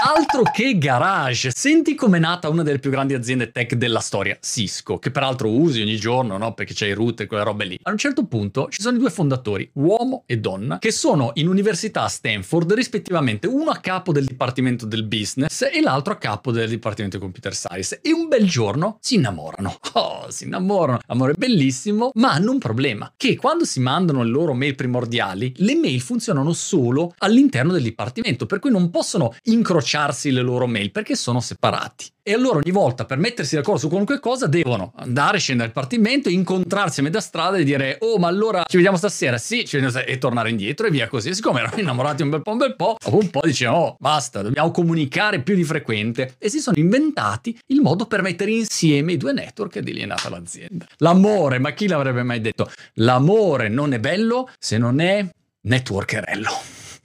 Altro che garage, senti com'è nata una delle più grandi aziende tech della storia, Cisco, che peraltro usi ogni giorno, no? Perché c'hai i router e quelle robe lì. A un certo punto ci sono i due fondatori, uomo e donna, che sono in università a Stanford, rispettivamente uno a capo del dipartimento del business e l'altro a capo del dipartimento di computer science. E un bel giorno si innamorano. Oh, si innamorano, amore bellissimo, ma hanno un problema, che quando si mandano le loro mail primordiali, le mail funzionano solo all'interno del dipartimento, per cui non possono incrociarsi le loro mail perché sono separati. E allora ogni volta per mettersi d'accordo su qualunque cosa devono andare, scendere al dipartimento, incontrarsi a metà strada e dire oh ma allora ci vediamo stasera, sì, ci vediamo stasera, e tornare indietro e via così. E siccome erano innamorati un bel po', dopo un po' dicevano oh basta, dobbiamo comunicare più di frequente, e si sono inventati il modo per mettere insieme i due network, e di lì è nata l'azienda. L'amore, ma chi l'avrebbe mai detto? L'amore non è bello se non è networkerello.